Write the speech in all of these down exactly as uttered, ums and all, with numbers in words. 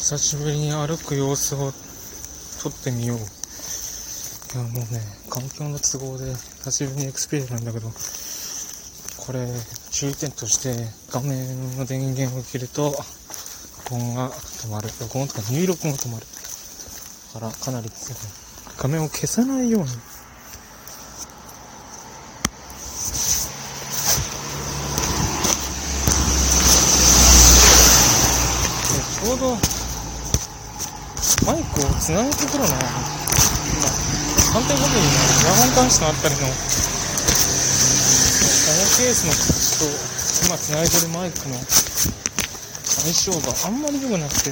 久しぶりに歩く様子を撮ってみよう。いやもうね、環境の都合で久しぶりにエクスペリアなんだけど、これ注意点として画面の電源を切ると録音が止まる、録音とか入力が止まるからかなり強い。画面を消さないように。ちょうどマイクをつなぐところの、まあ、反対方向にね、イヤホン端子のあったりの、このケースの口と今つないでるマイクの相性があんまり良くなくて、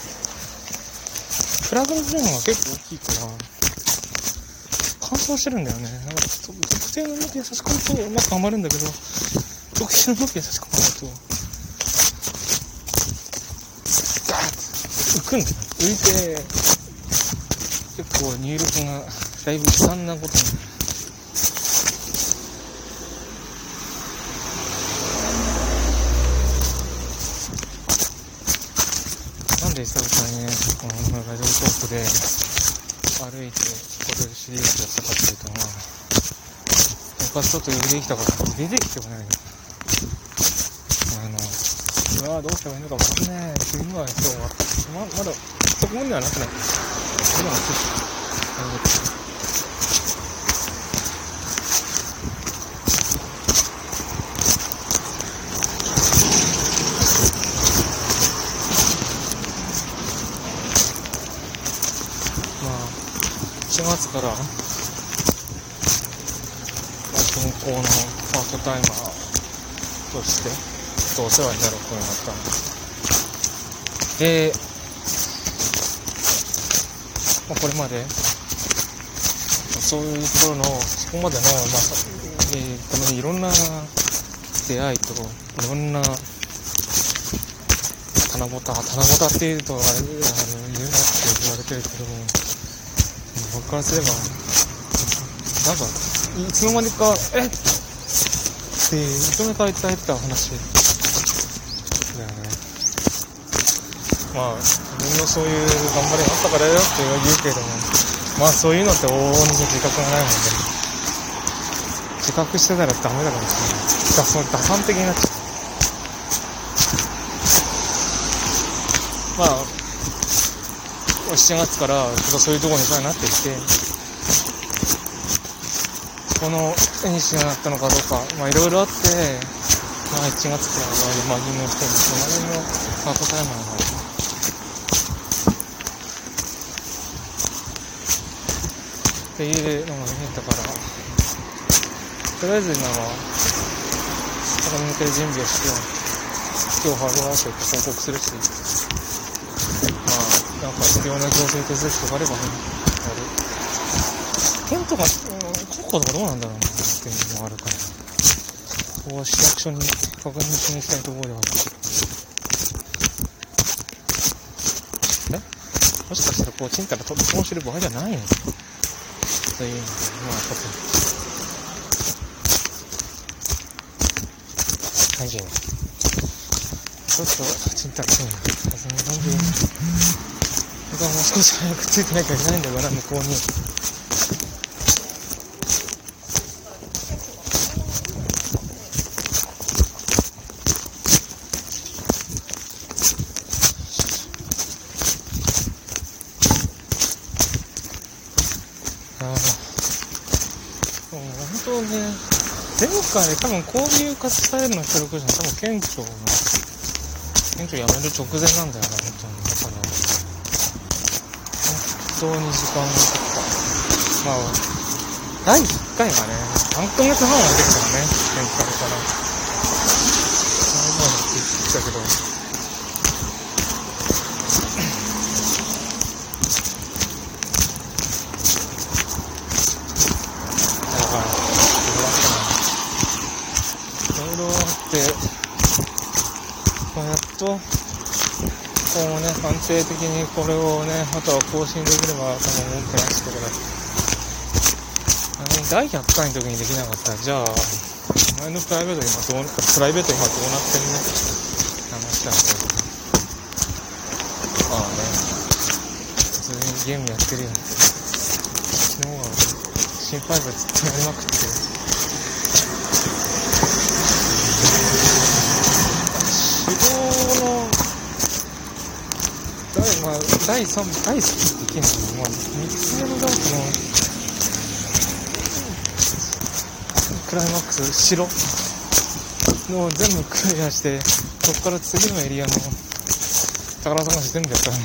プラグの部分が結構大きいから乾燥してるんだよね。だから特定の向きに差し込むとうまくはまるんだけど、特定の向きに差し込まないとガーッと浮くんだよ。浮いて結構入力がだいぶ悲惨なことになる。なんで久々にね、このラジオトークで歩いてこれシリーズやったかっていうと、まあ昔ちょっと入れてきたから出てきてもない。あのうわどうしたらいいのか分かんねえっていうのは今日は ま, まだそこまではなくない。それはちょっとまあしがつから、まあ、銀行のパートタイマーとしてちょっとお世話になることになったんで、で、まあ、これまでそういうところのそこまでの、まあえー、ためにいろんな出会いといろんな棚ぼた棚ぼたっていうとあれあの言うなって言われてるけども、僕からすればなんかいつの間にかえっって認めたいたいった話だよね。まあ自分のそういう頑張りがあったからよって言うけれども、まあそういうのって往々にして自覚がないので、自覚してたらダメだからですね。だその打算的になっちゃう。まあしちがつからそういうところにさえなってきて、この絵にしなったのかどうか、まあいろいろあって、まあいちがつからは山木の人に隣のパートタイマーになるっていうのが見えたから、とりあえず今はそこに向ける準備をして、今日ハードワークって報告するし、まあなんか必要な行政手続きとかあればね、やる。県とか国家とかどうなんだろうなっていうのがあるから、ここは市役所に確認しに行きたいところではある。えもしかしたらこうちんたらとこうしてる場合じゃないのというのがまあ一つ大事ね。ちょっとちんたらそうなそんな感じで、僕はもう少し早くついてないといけないんだから向こうに。前回多分こういう活スタイルの人ろくじゃん、多分県庁の県庁辞める直前なんだよな、本当に。だから本当に時間がかかった。まあだいいっかいがねさんかげつはんは出てきたからね、県会から今までって言ってたけど、まあ、やっとこうね安定的にこれをねあとは更新できれば多分思ってないところで、だいひゃっかいの時にできなかったら、じゃあ前のプライベート今どうプライベート今どうなってるね話したんだけど、 まあね、普通にゲームやってるよ。昨日はシンファイブずっとやりまくって、指導の第、まあ、だいさん、だいさんって言っていけんのかな、まあ、みっつめのダークのクライマックス、城の全部クリアして、そこから次のエリアの宝探し全部やったな。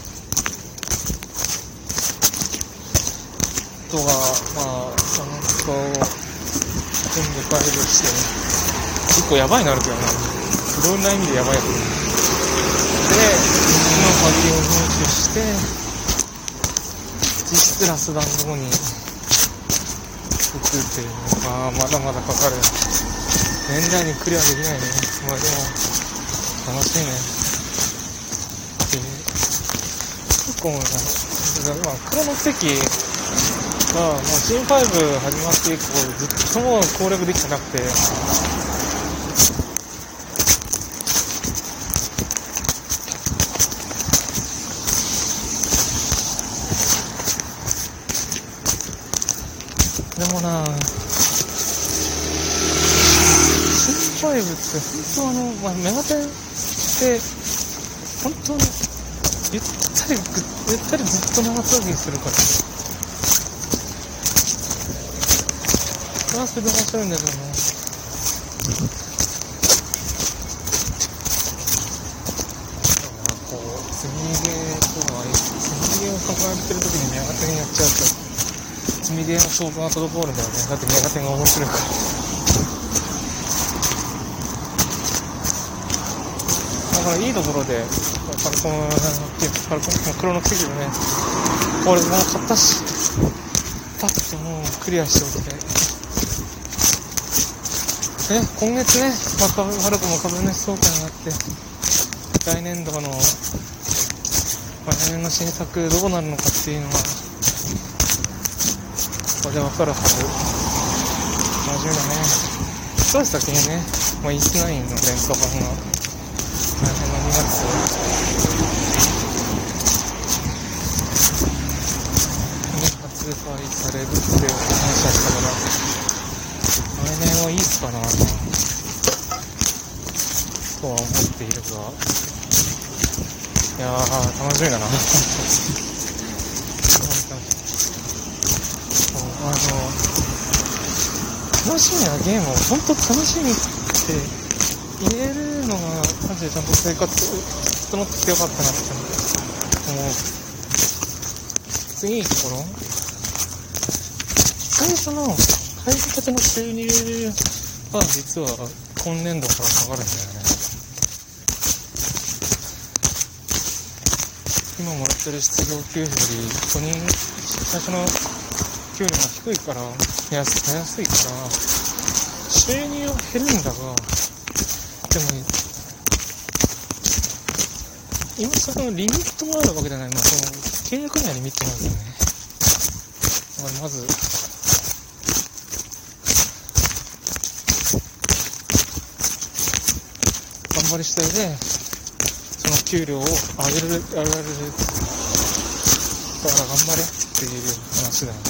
とか、まあ、その人を全部解除して、結構やばいなるけどな。いろんな意味でやばいやつ。で、その鍵を入手して、実質ラスダンの方に行くっていうのが、まだまだかかる。年内にクリアできないね。まあでも、楽しいね。で、結構な、まあ、黒の奇跡が、もうシーンファイブ始まって以降、ずっともう攻略できてなくて、でもな、シーンファイブって本当あの、まあ、メガテンって、本当にゆったり、ゆったりずっと長続きするから、それはそれで面白いんだけどね。こう、積みゲーとか、積みゲーを抱えてる時にメガテンやっちゃうと、積みゲーの勝負が滞るんだよね。だってメガテンが面白いから。だからいいところで、パルコン、パルコン、黒の奇跡をね、俺もう買ったし、パッともうクリアしておきたい。ね、今月ね、まあ、パルコも株主総会があって、来年度の、まあ、来年の新作どうなるのかっていうのが、ここでわかるはず。真面目だね。一つ先にね、まあ、イースナインの連覇版が、来年のにがつ、に発売されるっていう話だったから、来年はいいっすかなとは思っているが、いやー楽しみだな。あの楽しみなゲームを本当楽しみって言えるのがマジでちゃんと生活整ってきてよかったなって思う。次いいところ、最初の入りたての収入は実は今年度から下がるんだよね。今もらってる失業給付より初任最初の給料が低いから安たやすいから収入は減るんだが、でも今そのリミットがあるわけじゃない、まあ、その契約にはリミットなんだよね。だからまず頑張り次第でその給料を上げる、上げられる。だから頑張れっていう話だよね。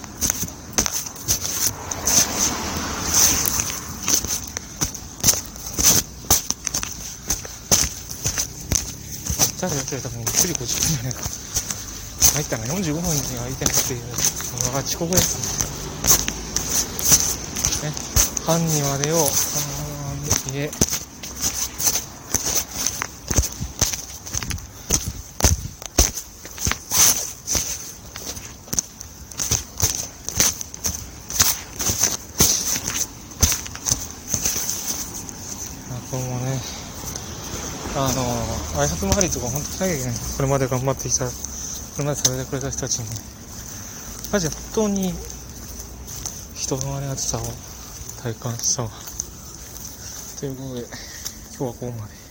チャージやってるともうくじごじゅっぷんじゃないか。入ったのがよんじゅうごふんに空いてなくて、のが遅刻です。ね、半にまでを、いえ、これもね、あの挨拶回りとか本当に最後にこれまで頑張ってきた、これまでされてくれた人たちにね、マジで本当に人のありがたさを体感したわ。ということで今日はここまで。